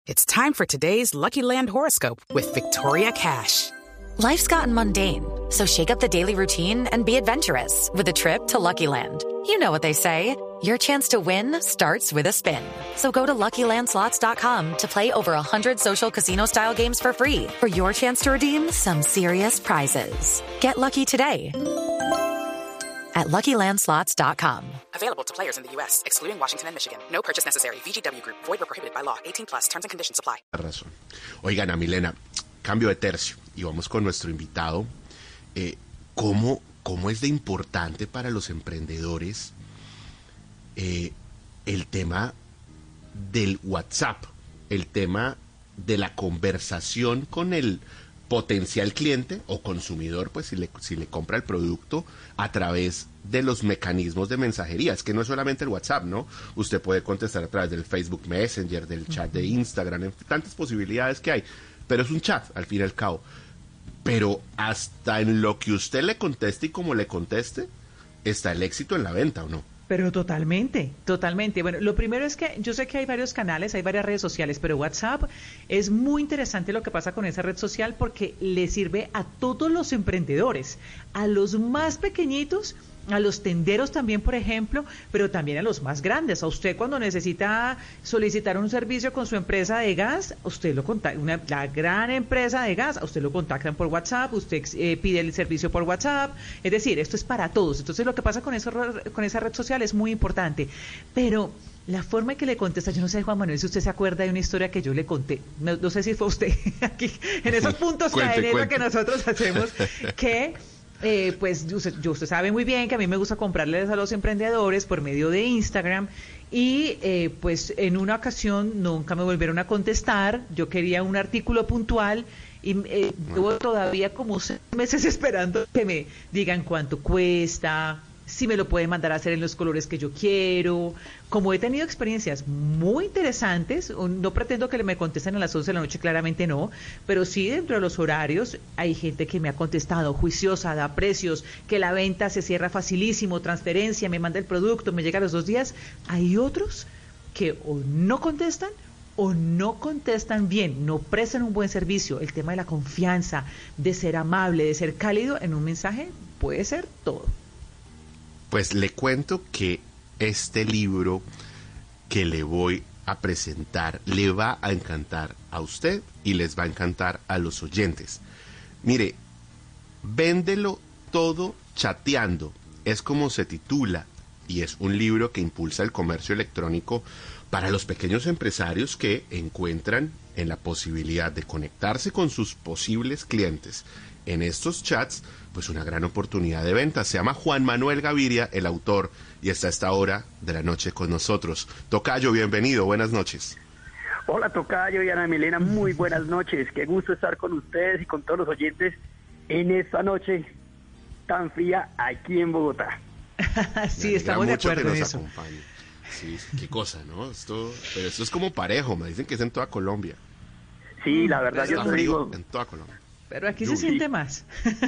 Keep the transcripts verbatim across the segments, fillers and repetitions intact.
It's time for today's Lucky Land horoscope with Victoria Cash. Life's gotten mundane, so shake up the daily routine and be adventurous with a trip to Lucky Land. You know what they say, your chance to win starts with a spin. So go to Lucky Land Slots dot com to play over one hundred social casino-style games for free for your chance to redeem some serious prizes. Get lucky today at Lucky Land Slots dot com. Available to players in the U S, excluding Washington and Michigan. No purchase necessary. V G W Group. Void or prohibited by law. eighteen plus. Terms and conditions apply. Razón. Oigan, a Milena, cambio de tercio y vamos con nuestro invitado. Eh, ¿cómo, ¿Cómo es de importante para los emprendedores eh, el tema del WhatsApp, el tema de la conversación con el potencial cliente o consumidor, pues si le, si le compra el producto a través de los mecanismos de mensajería? Es que no es solamente el WhatsApp, ¿no? Usted puede contestar a través del Facebook Messenger, del chat de Instagram, en tantas posibilidades que hay, pero es un chat al fin y al cabo. Pero hasta en lo que usted le conteste y como le conteste, está el éxito en la venta, ¿o no? Pero totalmente, totalmente. Bueno, lo primero es que yo sé que hay varios canales, hay varias redes sociales, pero WhatsApp es muy interesante lo que pasa con esa red social porque le sirve a todos los emprendedores, a los más pequeñitos, a los tenderos también, por ejemplo, pero también a los más grandes. A usted cuando necesita solicitar un servicio con su empresa de gas, usted lo contacta, una, la gran empresa de gas, a usted lo contactan por WhatsApp, usted eh, pide el servicio por WhatsApp, es decir, esto es para todos. Entonces lo que pasa con, eso, con esa red social es muy importante, pero la forma en que le contesta, yo no sé, Juan Manuel, si usted se acuerda de una historia que yo le conté, no, no sé si fue usted, aquí, en esos puntos cadeneros que nosotros hacemos, que... Eh, pues usted, usted sabe muy bien que a mí me gusta comprarles a los emprendedores por medio de Instagram y eh, pues en una ocasión nunca me volvieron a contestar. Yo quería un artículo puntual y eh, llevo todavía como seis meses esperando que me digan cuánto cuesta, si me lo pueden mandar a hacer en los colores que yo quiero. Como he tenido experiencias muy interesantes, no pretendo que me contesten a las once de la noche, claramente no, pero sí dentro de los horarios hay gente que me ha contestado juiciosa, da precios, que la venta se cierra facilísimo, transferencia, me manda el producto, me llega a los dos días. Hay otros que o no contestan o no contestan bien, no prestan un buen servicio. El tema de la confianza, de ser amable, de ser cálido en un mensaje puede ser todo. Pues le cuento que este libro que le voy a presentar le va a encantar a usted y les va a encantar a los oyentes. Mire, Véndelo todo chateando, es como se titula, y es un libro que impulsa el comercio electrónico para los pequeños empresarios que encuentran en la posibilidad de conectarse con sus posibles clientes en estos chats, pues una gran oportunidad de venta. Se llama Juan Manuel Gaviria, el autor, y está a esta hora de la noche con nosotros. Tocayo, bienvenido, buenas noches. Hola Tocayo y Ana Milena, muy buenas noches. Qué gusto estar con ustedes y con todos los oyentes en esta noche tan fría aquí en Bogotá. Sí, estamos de acuerdo en eso. Acompañe. Sí, qué cosa, ¿no? Esto, pero esto es como parejo, me dicen que es en toda Colombia. Sí, la verdad yo te digo... en toda Colombia. Pero aquí se siente más.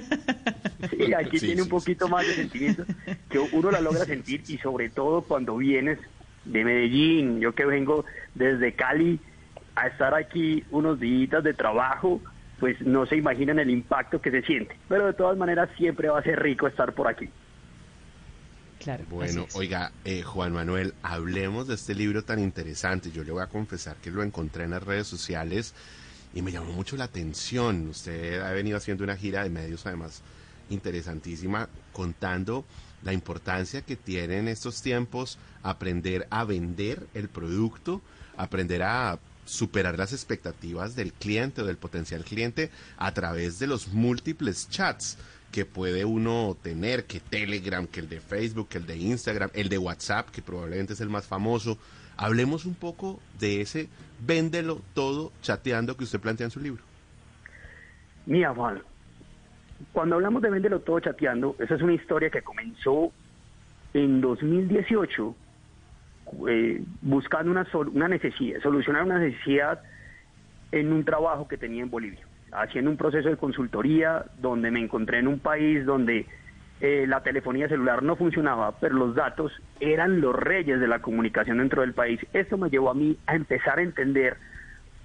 Sí, aquí sí, tiene sí, un poquito sí. más de sentimiento que uno la logra sentir, y sobre todo cuando vienes de Medellín, yo que vengo desde Cali a estar aquí unos días de trabajo, pues no se imaginan el impacto que se siente. Pero de todas maneras siempre va a ser rico estar por aquí. Claro. Bueno, oiga, eh, Juan Manuel, hablemos de este libro tan interesante. Yo le voy a confesar que lo encontré en las redes sociales y me llamó mucho la atención. Usted ha venido haciendo una gira de medios, además, interesantísima, contando la importancia que tiene en estos tiempos aprender a vender el producto, aprender a superar las expectativas del cliente o del potencial cliente a través de los múltiples chats que puede uno tener, que Telegram, que el de Facebook, que el de Instagram, el de WhatsApp, que probablemente es el más famoso. Hablemos un poco de ese véndelo todo chateando que usted plantea en su libro. Mira, Juan, cuando hablamos de véndelo todo chateando, esa es una historia que comenzó en dos mil dieciocho, eh, buscando una, sol- una necesidad, solucionar una necesidad en un trabajo que tenía en Bolivia, haciendo un proceso de consultoría donde me encontré en un país donde eh, la telefonía celular no funcionaba, pero los datos eran los reyes de la comunicación dentro del país. Esto me llevó a mí a empezar a entender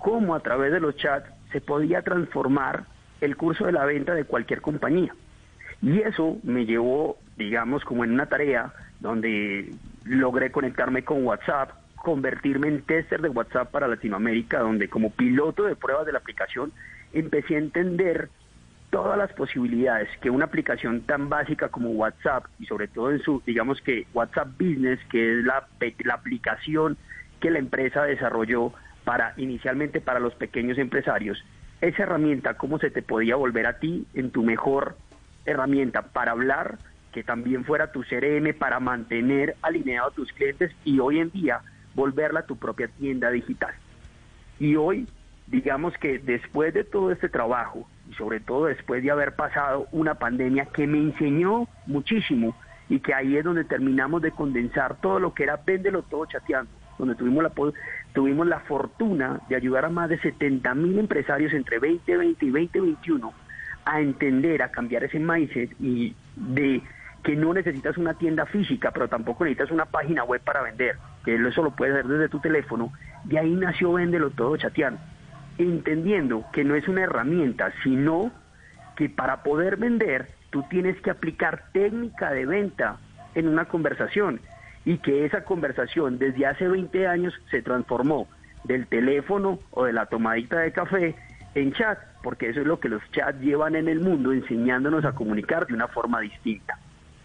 cómo a través de los chats se podía transformar el curso de la venta de cualquier compañía. Y eso me llevó, digamos, como en una tarea donde logré conectarme con WhatsApp, convertirme en tester de WhatsApp para Latinoamérica, donde como piloto de pruebas de la aplicación empecé a entender todas las posibilidades que una aplicación tan básica como WhatsApp, y sobre todo en su, digamos que WhatsApp Business, que es la, la aplicación que la empresa desarrolló para inicialmente para los pequeños empresarios, esa herramienta, cómo se te podía volver a ti en tu mejor herramienta para hablar, que también fuera tu C R M para mantener alineado a tus clientes y hoy en día volverla tu propia tienda digital. Y hoy, digamos que después de todo este trabajo, y sobre todo después de haber pasado una pandemia que me enseñó muchísimo, y que ahí es donde terminamos de condensar todo lo que era Véndelo Todo Chateando, donde tuvimos la, tuvimos la fortuna de ayudar a más de setenta mil empresarios entre veinte veinte y veinte veintiuno a entender, a cambiar ese mindset y de que no necesitas una tienda física, pero tampoco necesitas una página web para vender, que eso lo puedes hacer desde tu teléfono. De ahí nació Véndelo Todo Chateando, entendiendo que no es una herramienta, sino que para poder vender tú tienes que aplicar técnica de venta en una conversación, y que esa conversación desde hace veinte años se transformó del teléfono o de la tomadita de café en chat, porque eso es lo que los chats llevan en el mundo, enseñándonos a comunicar de una forma distinta.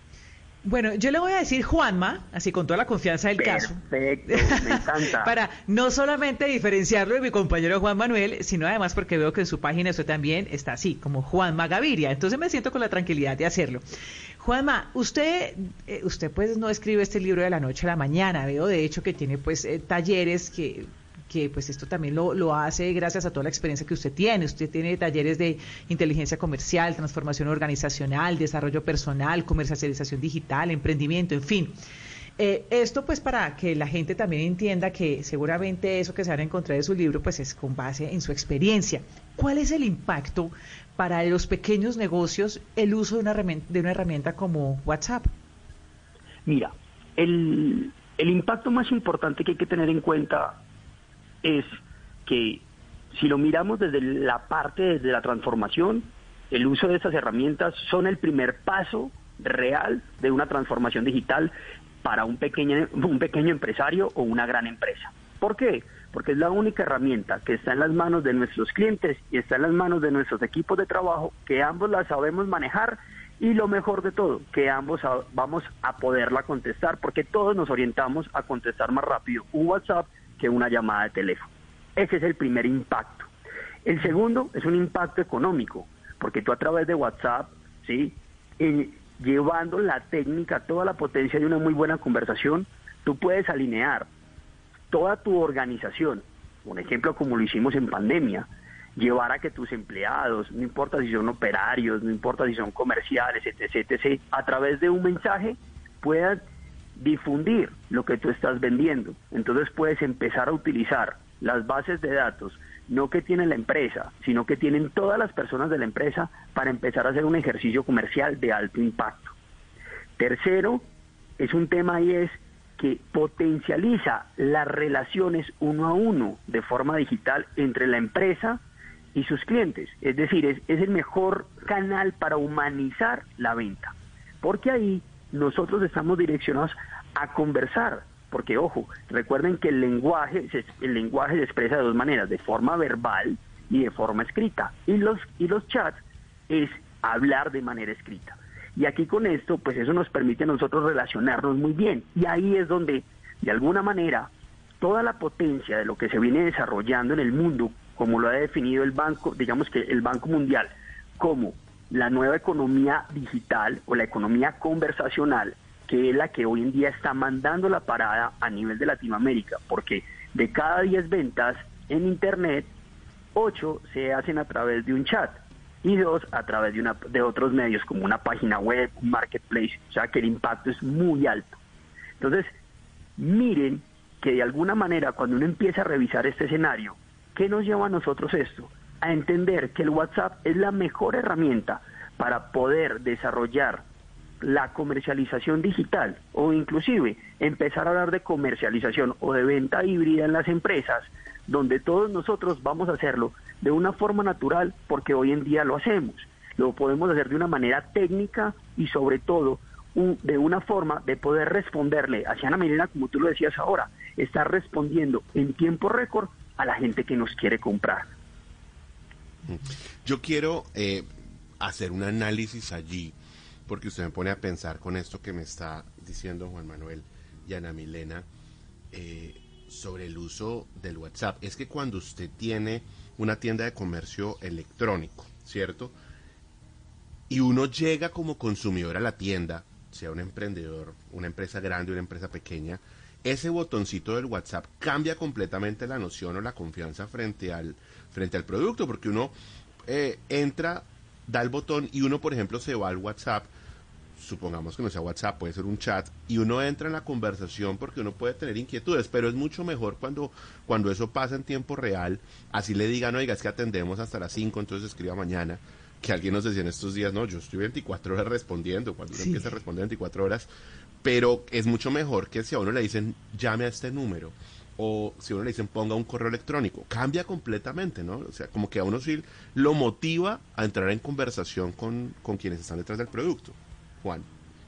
Bueno, yo le voy a decir Juanma, así con toda la confianza del caso. Perfecto, me encanta. Para no solamente diferenciarlo de mi compañero Juan Manuel, sino además porque veo que en su página usted también está así, como Juanma Gaviria. Entonces me siento con la tranquilidad de hacerlo. Juanma, usted eh, usted pues no escribe este libro de la noche a la mañana. Veo de hecho que tiene pues eh, talleres que... que pues esto también lo, lo hace gracias a toda la experiencia que usted tiene. Usted tiene talleres de inteligencia comercial, transformación organizacional, desarrollo personal, comercialización digital, emprendimiento, en fin. Eh, esto pues para que la gente también entienda que seguramente eso que se van a encontrar en su libro pues es con base en su experiencia. ¿Cuál es el impacto para los pequeños negocios el uso de una herramienta, de una herramienta como WhatsApp? Mira, el, el impacto más importante que hay que tener en cuenta es que si lo miramos desde la parte, desde la transformación, el uso de estas herramientas son el primer paso real de una transformación digital para un pequeño, un pequeño empresario o una gran empresa. ¿Por qué? Porque es la única herramienta que está en las manos de nuestros clientes y está en las manos de nuestros equipos de trabajo, que ambos la sabemos manejar, y lo mejor de todo, que ambos a, vamos a poderla contestar, porque todos nos orientamos a contestar más rápido un WhatsApp que una llamada de teléfono. Ese es el primer impacto. El segundo es un impacto económico, porque tú a través de WhatsApp, ¿sí?, en, llevando la técnica, toda la potencia de una muy buena conversación, tú puedes alinear toda tu organización, un ejemplo como lo hicimos en pandemia, llevar a que tus empleados, no importa si son operarios, no importa si son comerciales, etc, etc, a través de un mensaje puedan difundir lo que tú estás vendiendo. Entonces puedes empezar a utilizar las bases de datos, no que tiene la empresa, sino que tienen todas las personas de la empresa, para empezar a hacer un ejercicio comercial de alto impacto. Tercero, es un tema y es que potencializa las relaciones uno a uno de forma digital entre la empresa y sus clientes. Es decir, es, es el mejor canal para humanizar la venta, porque ahí nosotros estamos direccionados a conversar, porque ojo, recuerden que el lenguaje, el lenguaje se expresa de dos maneras, de forma verbal y de forma escrita, y los, y los chats es hablar de manera escrita. Y aquí con esto, pues eso nos permite a nosotros relacionarnos muy bien, y ahí es donde, de alguna manera, toda la potencia de lo que se viene desarrollando en el mundo, como lo ha definido el banco, digamos que el Banco Mundial, como la nueva economía digital o la economía conversacional, que es la que hoy en día está mandando la parada a nivel de Latinoamérica, porque de cada diez ventas en Internet, ocho se hacen a través de un chat y dos a través de, una, de otros medios como una página web, un marketplace, o sea que el impacto es muy alto. Entonces, miren que de alguna manera cuando uno empieza a revisar este escenario, ¿qué nos lleva a nosotros esto? A entender que el WhatsApp es la mejor herramienta para poder desarrollar la comercialización digital, o inclusive empezar a hablar de comercialización o de venta híbrida en las empresas, donde todos nosotros vamos a hacerlo de una forma natural, porque hoy en día lo hacemos. Lo podemos hacer de una manera técnica y sobre todo un, de una forma de poder responderle hacia Ana Milena, como tú lo decías ahora, estar respondiendo en tiempo récord a la gente que nos quiere comprar. Yo quiero eh, hacer un análisis allí, porque usted me pone a pensar con esto que me está diciendo Juan Manuel y Ana Milena, eh, sobre el uso del WhatsApp. Es que cuando usted tiene una tienda de comercio electrónico, ¿cierto? Y uno llega como consumidor a la tienda, sea un emprendedor, una empresa grande, una empresa pequeña, ese botoncito del WhatsApp cambia completamente la noción o la confianza frente al, frente al producto, porque uno eh, entra, da el botón y uno, por ejemplo, se va al WhatsApp, supongamos que no sea WhatsApp, puede ser un chat, y uno entra en la conversación porque uno puede tener inquietudes, pero es mucho mejor cuando, cuando eso pasa en tiempo real, así le digan, oiga, es que atendemos hasta las cinco, entonces escriba mañana, que alguien nos decía en estos días, no, yo estoy veinticuatro horas respondiendo, cuando uno sí. empieza a responder veinticuatro horas, pero es mucho mejor que si a uno le dicen, llame a este número, o si a uno le dicen, ponga un correo electrónico, cambia completamente, ¿no? O sea, como que a uno sí lo motiva a entrar en conversación con, con quienes están detrás del producto. Juan.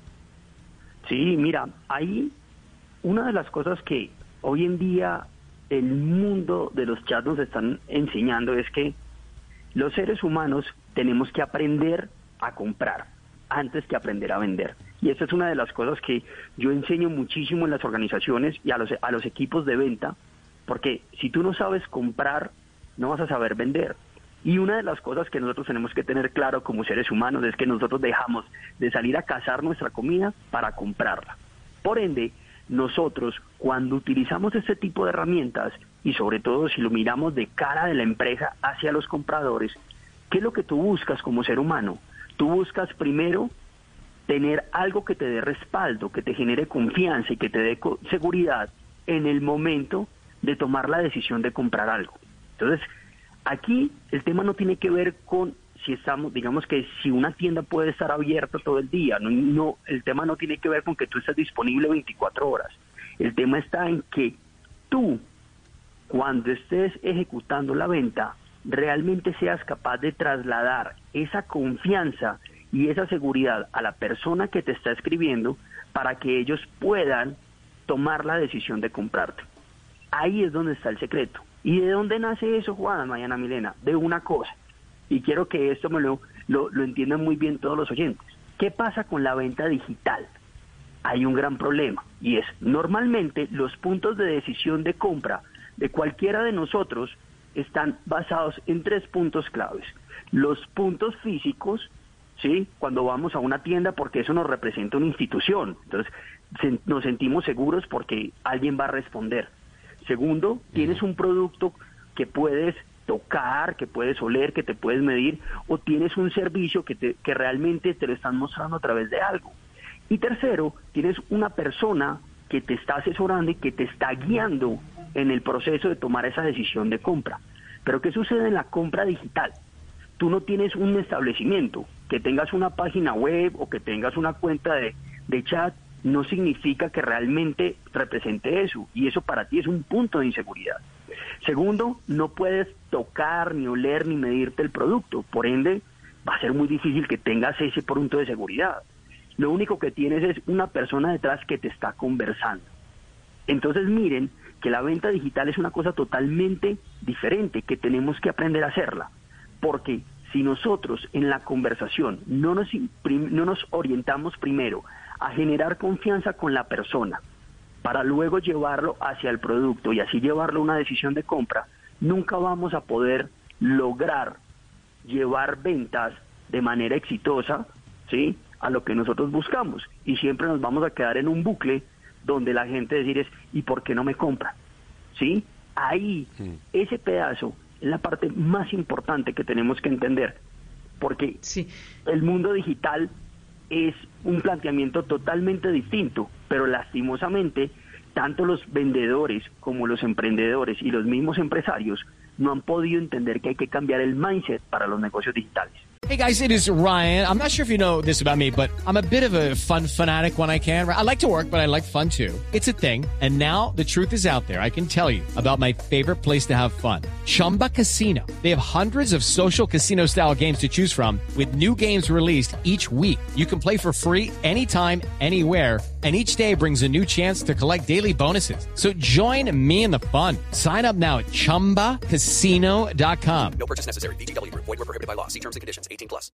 Sí, mira, ahí una de las cosas que hoy en día el mundo de los chats nos están enseñando es que los seres humanos tenemos que aprender a comprar antes que aprender a vender. Y esa es una de las cosas que yo enseño muchísimo en las organizaciones y a los, a los equipos de venta, porque si tú no sabes comprar, no vas a saber vender. Y una de las cosas que nosotros tenemos que tener claro como seres humanos es que nosotros dejamos de salir a cazar nuestra comida para comprarla. Por ende, nosotros cuando utilizamos este tipo de herramientas, y sobre todo si lo miramos de cara de la empresa hacia los compradores, ¿qué es lo que tú buscas como ser humano? Tú buscas primero tener algo que te dé respaldo, que te genere confianza y que te dé seguridad en el momento de tomar la decisión de comprar algo. Entonces, aquí el tema no tiene que ver con si estamos, digamos que si una tienda puede estar abierta todo el día, no, no, el tema no tiene que ver con que tú estés disponible veinticuatro horas. El tema está en que tú, cuando estés ejecutando la venta, realmente seas capaz de trasladar esa confianza y esa seguridad a la persona que te está escribiendo para que ellos puedan tomar la decisión de comprarte. Ahí es donde está el secreto. ¿Y de dónde nace eso, Juan, Mariana Milena? De una cosa. Y quiero que esto me lo, lo, lo entiendan muy bien todos los oyentes. ¿Qué pasa con la venta digital? Hay un gran problema, y es, normalmente los puntos de decisión de compra de cualquiera de nosotros están basados en tres puntos claves. Los puntos físicos, ¿sí? Cuando vamos a una tienda, porque eso nos representa una institución. Entonces, se, nos sentimos seguros porque alguien va a responder. Segundo, tienes un producto que puedes tocar, que puedes oler, que te puedes medir, o tienes un servicio que, te, que realmente te lo están mostrando a través de algo. Y tercero, tienes una persona que te está asesorando y que te está guiando en el proceso de tomar esa decisión de compra. Pero ¿qué sucede en la compra digital? Tú no tienes un establecimiento, que tengas una página web o que tengas una cuenta de, de chat, no significa que realmente represente eso, y eso para ti es un punto de inseguridad. Segundo, no puedes tocar, ni oler, ni medirte el producto, por ende va a ser muy difícil que tengas ese punto de seguridad. Lo único que tienes es una persona detrás que te está conversando. Entonces miren que la venta digital es una cosa totalmente diferente, que tenemos que aprender a hacerla, porque si nosotros en la conversación no nos, no nos orientamos primero a generar confianza con la persona, para luego llevarlo hacia el producto y así llevarlo a una decisión de compra, nunca vamos a poder lograr llevar ventas de manera exitosa, ¿sí?, a lo que nosotros buscamos, y siempre nos vamos a quedar en un bucle donde la gente decir es, ¿y por qué no me compran? ¿Sí? Ahí, sí. Ese pedazo es la parte más importante que tenemos que entender, porque sí. El mundo digital es un planteamiento totalmente distinto, pero lastimosamente tanto los vendedores como los emprendedores y los mismos empresarios no han podido entender que hay que cambiar el mindset para los negocios digitales. Hey guys, it is Ryan. I'm not sure if you know this about me, but I'm a bit of a fun fanatic when I can. I like to work, but I like fun too. It's a thing. And now the truth is out there. I can tell you about my favorite place to have fun. Chumba Casino. They have hundreds of social casino style games to choose from with new games released each week. You can play for free anytime, anywhere. And each day brings a new chance to collect daily bonuses. So join me in the fun. Sign up now at chumba casino dot com. No purchase necessary. V G W Group. Void where prohibited by law. See terms and conditions. eighteen plus.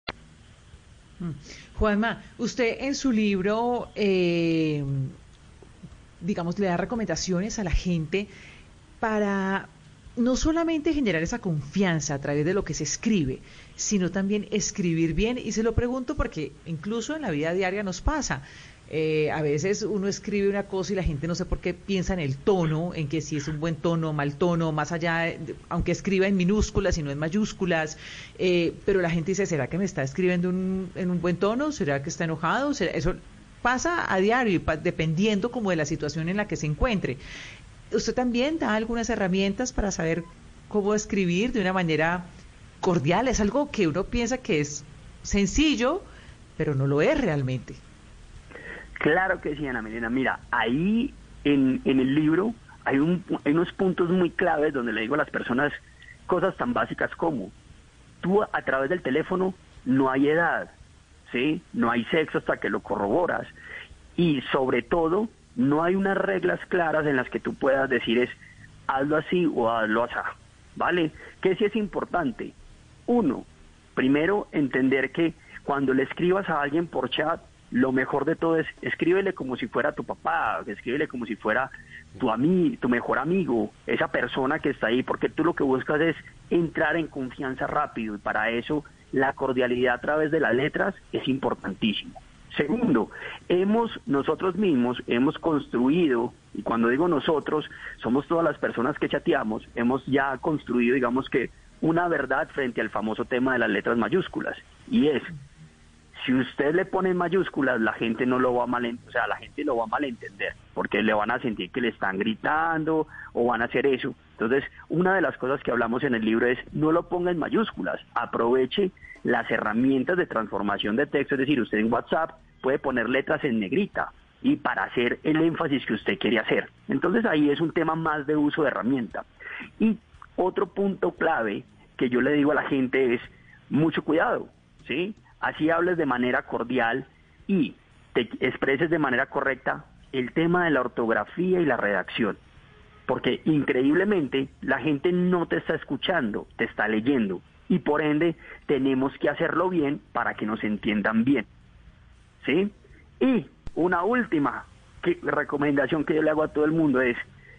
Juanma, usted en su libro, eh, digamos, le da recomendaciones a la gente para no solamente generar esa confianza a través de lo que se escribe, sino también escribir bien. Y se lo pregunto porque incluso en la vida diaria nos pasa. Eh, a veces uno escribe una cosa y la gente no sé por qué piensa en el tono, en que si es un buen tono, mal tono, más allá, de, aunque escriba en minúsculas y no en mayúsculas, eh, pero la gente dice, ¿será que me está escribiendo un, en un buen tono? ¿Será que está enojado? ¿Será? Eso pasa a diario, dependiendo como de la situación en la que se encuentre. ¿Usted también da algunas herramientas para saber cómo escribir de una manera cordial? Es algo que uno piensa que es sencillo, pero no lo es realmente. Claro que sí, Ana Milena. Mira, ahí en, en el libro hay, un, hay unos puntos muy claves donde le digo a las personas cosas tan básicas como tú a través del teléfono no hay edad, ¿sí? No hay sexo hasta que lo corroboras. Y sobre todo, no hay unas reglas claras en las que tú puedas decir es hazlo así o hazlo así, ¿vale? Que sí es importante. Uno, primero entender que cuando le escribas a alguien por chat, lo mejor de todo es escríbele como si fuera tu papá, escríbele como si fuera tu ami, tu mejor amigo, esa persona que está ahí, porque tú lo que buscas es entrar en confianza rápido y para eso la cordialidad a través de las letras es importantísimo. Segundo, hemos nosotros mismos hemos construido, y cuando digo nosotros, somos todas las personas que chateamos, hemos ya construido, digamos que, una verdad frente al famoso tema de las letras mayúsculas, y es si usted le pone en mayúsculas, la gente no lo va a mal, o sea, la gente lo va a malentender, porque le van a sentir que le están gritando o van a hacer eso. Entonces, una de las cosas que hablamos en el libro es no lo ponga en mayúsculas, aproveche las herramientas de transformación de texto, es decir, usted en WhatsApp puede poner letras en negrita y para hacer el énfasis que usted quiere hacer. Entonces, ahí es un tema más de uso de herramienta. Y otro punto clave que yo le digo a la gente es mucho cuidado, ¿sí? Así hables de manera cordial y te expreses de manera correcta el tema de la ortografía y la redacción. Porque increíblemente la gente no te está escuchando, te está leyendo. Y por ende tenemos que hacerlo bien para que nos entiendan bien. ¿Sí? Y una última que, recomendación que yo le hago a todo el mundo es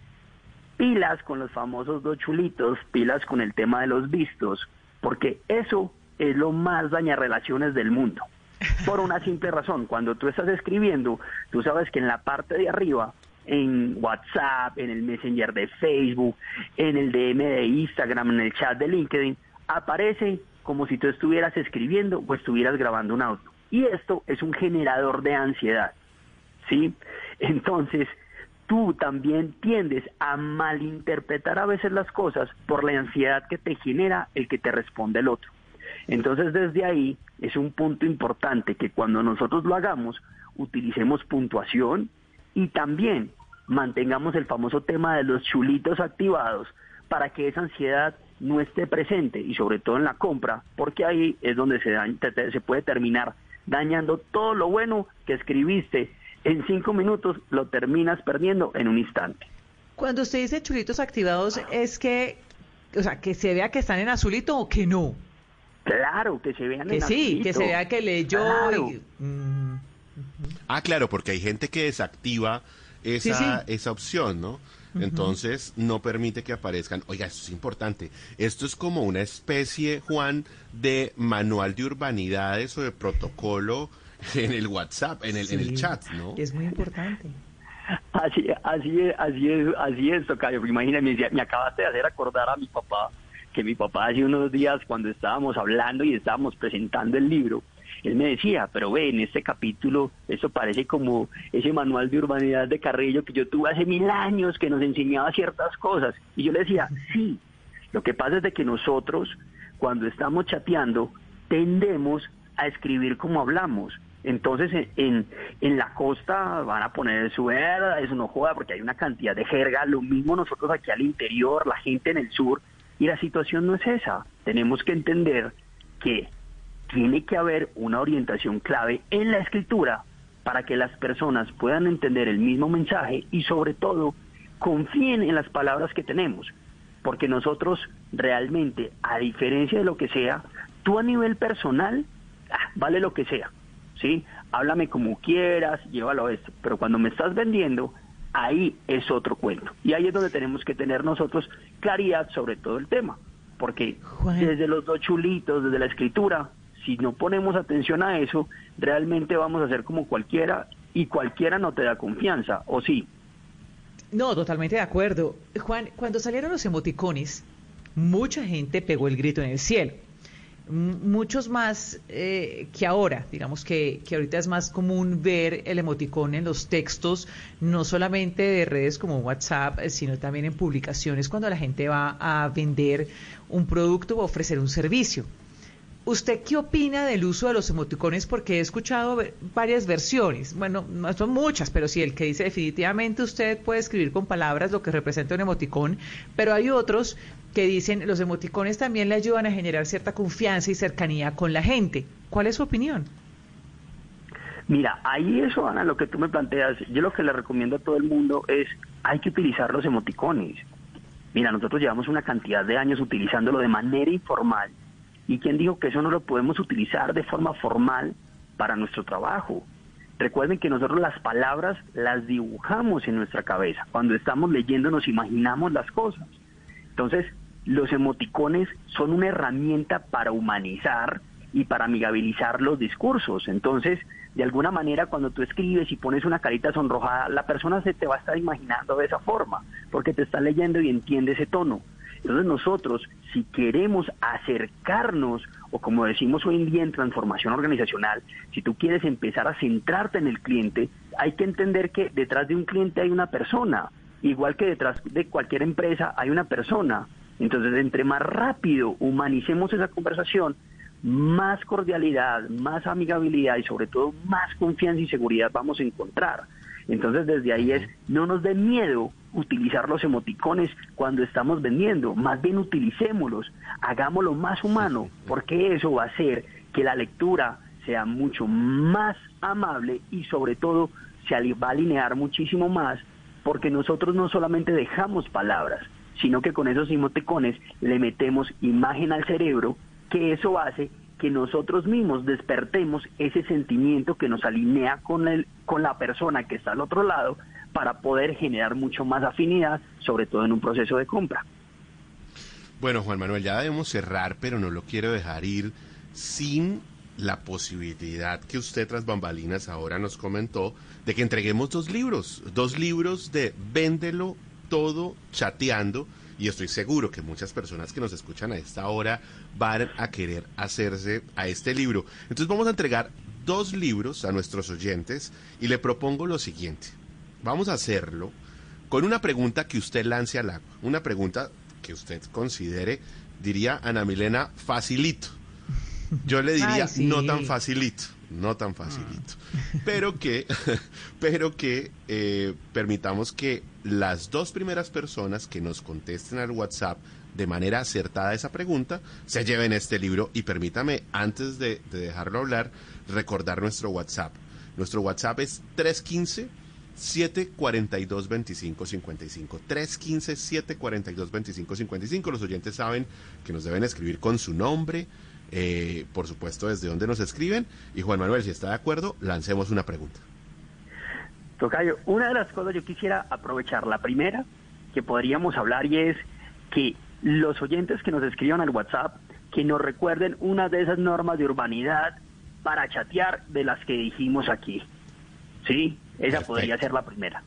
pilas con los famosos dos chulitos, pilas con el tema de los vistos, porque eso es lo más daña relaciones del mundo. Por una simple razón, cuando tú estás escribiendo, tú sabes que en la parte de arriba, en WhatsApp, en el Messenger de Facebook, en el D M de Instagram, en el chat de LinkedIn, aparece como si tú estuvieras escribiendo o estuvieras grabando un audio. Y esto es un generador de ansiedad, ¿sí? Entonces, tú también tiendes a malinterpretar a veces las cosas por la ansiedad que te genera el que te responde el otro. Entonces, desde ahí es un punto importante que cuando nosotros lo hagamos, utilicemos puntuación y también mantengamos el famoso tema de los chulitos activados para que esa ansiedad no esté presente y sobre todo en la compra, porque ahí es donde se, daña, te, te, se puede terminar dañando todo lo bueno que escribiste en cinco minutos, lo terminas perdiendo en un instante. Cuando usted dice chulitos activados, es que, o sea, que se vea que están en azulito o que no. Claro, que se vean que en sí, azulito. Que se vea que leyó. Claro. Y, mm, Ah, claro, porque hay gente que desactiva esa, sí, sí. esa opción, ¿no? Uh-huh. Entonces no permite que aparezcan. Oiga, esto es importante. Esto es como una especie, Juan, de manual de urbanidades o de protocolo en el WhatsApp, en el, sí, en el chat, ¿no? Es muy importante. Así, así es, así es, así es, tocayo. Imagínate, me acabaste de hacer acordar a mi papá, que mi papá hace unos días cuando estábamos hablando y estábamos presentando el libro, él me decía, pero ve, en este capítulo, eso parece como ese manual de urbanidad de Carrillo que yo tuve hace mil años, que nos enseñaba ciertas cosas. Y yo le decía, sí, lo que pasa es de que nosotros, cuando estamos chateando, tendemos a escribir como hablamos. Entonces, en, en, en la costa van a poner su verdad, eso no joda, porque hay una cantidad de jerga. Lo mismo nosotros aquí al interior, la gente en el sur, y la situación no es esa. Tenemos que entender que tiene que haber una orientación clave en la escritura para que las personas puedan entender el mismo mensaje y sobre todo confíen en las palabras que tenemos. Porque nosotros realmente, a diferencia de lo que sea, tú a nivel personal, ah, vale lo que sea. ¿Sí? Háblame como quieras, llévalo a esto, pero cuando me estás vendiendo, ahí es otro cuento. Y ahí es donde tenemos que tener nosotros claridad sobre todo el tema, porque Juan, desde los dos chulitos, desde la escritura, si no ponemos atención a eso, realmente vamos a ser como cualquiera, y cualquiera no te da confianza, ¿o sí? No, totalmente de acuerdo. Juan, cuando salieron los emoticones, mucha gente pegó el grito en el cielo. Muchos más eh, que ahora, digamos que, que ahorita es más común ver el emoticón en los textos, no solamente de redes como WhatsApp, sino también en publicaciones cuando la gente va a vender un producto o ofrecer un servicio. ¿Usted qué opina del uso de los emoticones? Porque he escuchado varias versiones, bueno, no son muchas, pero sí, el que dice definitivamente usted puede escribir con palabras lo que representa un emoticón, pero hay otros que dicen los emoticones también le ayudan a generar cierta confianza y cercanía con la gente. ¿Cuál es su opinión? Mira, ahí eso, Ana, lo que tú me planteas, yo lo que le recomiendo a todo el mundo es, hay que utilizar los emoticones. Mira, nosotros llevamos una cantidad de años utilizándolo de manera informal, ¿y quién dijo que eso no lo podemos utilizar de forma formal para nuestro trabajo? Recuerden que nosotros las palabras las dibujamos en nuestra cabeza. Cuando estamos leyendo nos imaginamos las cosas. Entonces, los emoticones son una herramienta para humanizar y para amigabilizar los discursos. Entonces, de alguna manera, cuando tú escribes y pones una carita sonrojada, la persona se te va a estar imaginando de esa forma, porque te está leyendo y entiende ese tono. Entonces nosotros, si queremos acercarnos, o como decimos hoy en día en transformación organizacional, si tú quieres empezar a centrarte en el cliente, hay que entender que detrás de un cliente hay una persona, igual que detrás de cualquier empresa hay una persona. Entonces, entre más rápido humanicemos esa conversación, más cordialidad, más amigabilidad y sobre todo más confianza y seguridad vamos a encontrar. Entonces, desde ahí es, no nos dé miedo utilizar los emoticones cuando estamos vendiendo, más bien utilicémoslos, hagámoslo más humano, porque eso va a hacer que la lectura sea mucho más amable y sobre todo se va a alinear muchísimo más, porque nosotros no solamente dejamos palabras, sino que con esos emoticones le metemos imagen al cerebro, que eso hace que nosotros mismos despertemos ese sentimiento que nos alinea con el, con la persona que está al otro lado para poder generar mucho más afinidad, sobre todo en un proceso de compra. Bueno, Juan Manuel, ya debemos cerrar, pero no lo quiero dejar ir sin la posibilidad que usted tras bambalinas ahora nos comentó de que entreguemos dos libros, dos libros de Véndelo Todo Chateando, y estoy seguro que muchas personas que nos escuchan a esta hora van a querer hacerse a este libro. Entonces vamos a entregar dos libros a nuestros oyentes y le propongo lo siguiente. Vamos a hacerlo con una pregunta que usted lance al agua, una pregunta que usted considere, diría Ana Milena, facilito. Yo le diría Ay, sí. no tan facilito, no tan facilito, ah. pero que, pero que eh, permitamos que las dos primeras personas que nos contesten al WhatsApp de manera acertada esa pregunta se lleven este libro. Y permítame, antes de, de dejarlo hablar, recordar nuestro WhatsApp. Nuestro WhatsApp es tres uno cinco, siete cuatro dos, dos cinco cinco cinco. tres uno cinco, siete cuatro dos, dos cinco cinco cinco. Los oyentes saben que nos deben escribir con su nombre, eh, por supuesto desde dónde nos escriben. Y Juan Manuel, si está de acuerdo, lancemos una pregunta. Tocayo, una de las cosas yo quisiera aprovechar, la primera que podríamos hablar, y es que los oyentes que nos escriban al WhatsApp, que nos recuerden una de esas normas de urbanidad para chatear de las que dijimos aquí. ¿Sí? Esa Perfecto. Podría ser la primera.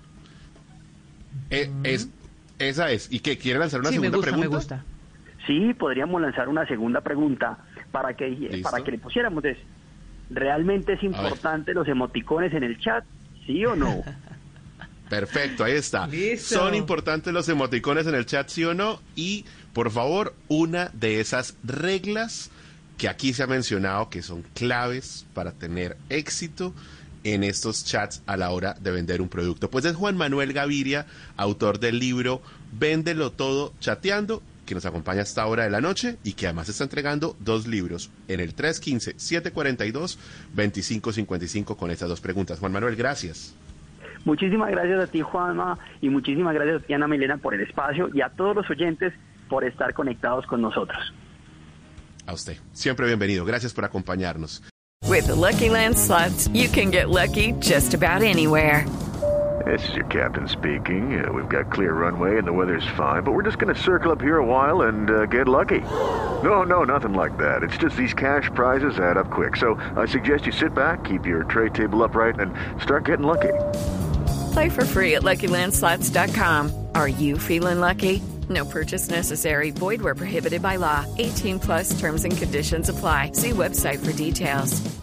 Eh, es, esa es. ¿Y qué? ¿Quiere lanzar una sí, segunda me gusta, pregunta? Me gusta. Sí, podríamos lanzar una segunda pregunta para que, ¿Listo? para que le pusiéramos eso. ¿Realmente es importante los emoticones en el chat? ¿Sí o no? Perfecto, ahí está. Listo. ¿Son importantes los emoticones en el chat, sí o no? Y, por favor, una de esas reglas que aquí se ha mencionado que son claves para tener éxito en estos chats a la hora de vender un producto. Pues es Juan Manuel Gaviria, autor del libro Véndelo Todo Chateando, que nos acompaña a esta hora de la noche y que además está entregando dos libros en el tres uno cinco, siete cuatro dos, dos cinco cinco cinco con estas dos preguntas. Juan Manuel, gracias. Muchísimas gracias a ti, Juanma, y muchísimas gracias a ti, Ana Milena, por el espacio y a todos los oyentes por estar conectados con nosotros. A usted, siempre bienvenido. Gracias por acompañarnos. With the Lucky Land Slots, you can get lucky just about anywhere. This is your captain speaking. Uh, we've got clear runway and the weather's fine, but we're just going to circle up here a while and uh, get lucky. No, no, nothing like that. It's just these cash prizes add up quick. So I suggest you sit back, keep your tray table upright, and start getting lucky. Play for free at Lucky Land Slots dot com. Are you feeling lucky? No purchase necessary. Void where prohibited by law. eighteen plus terms and conditions apply. See website for details.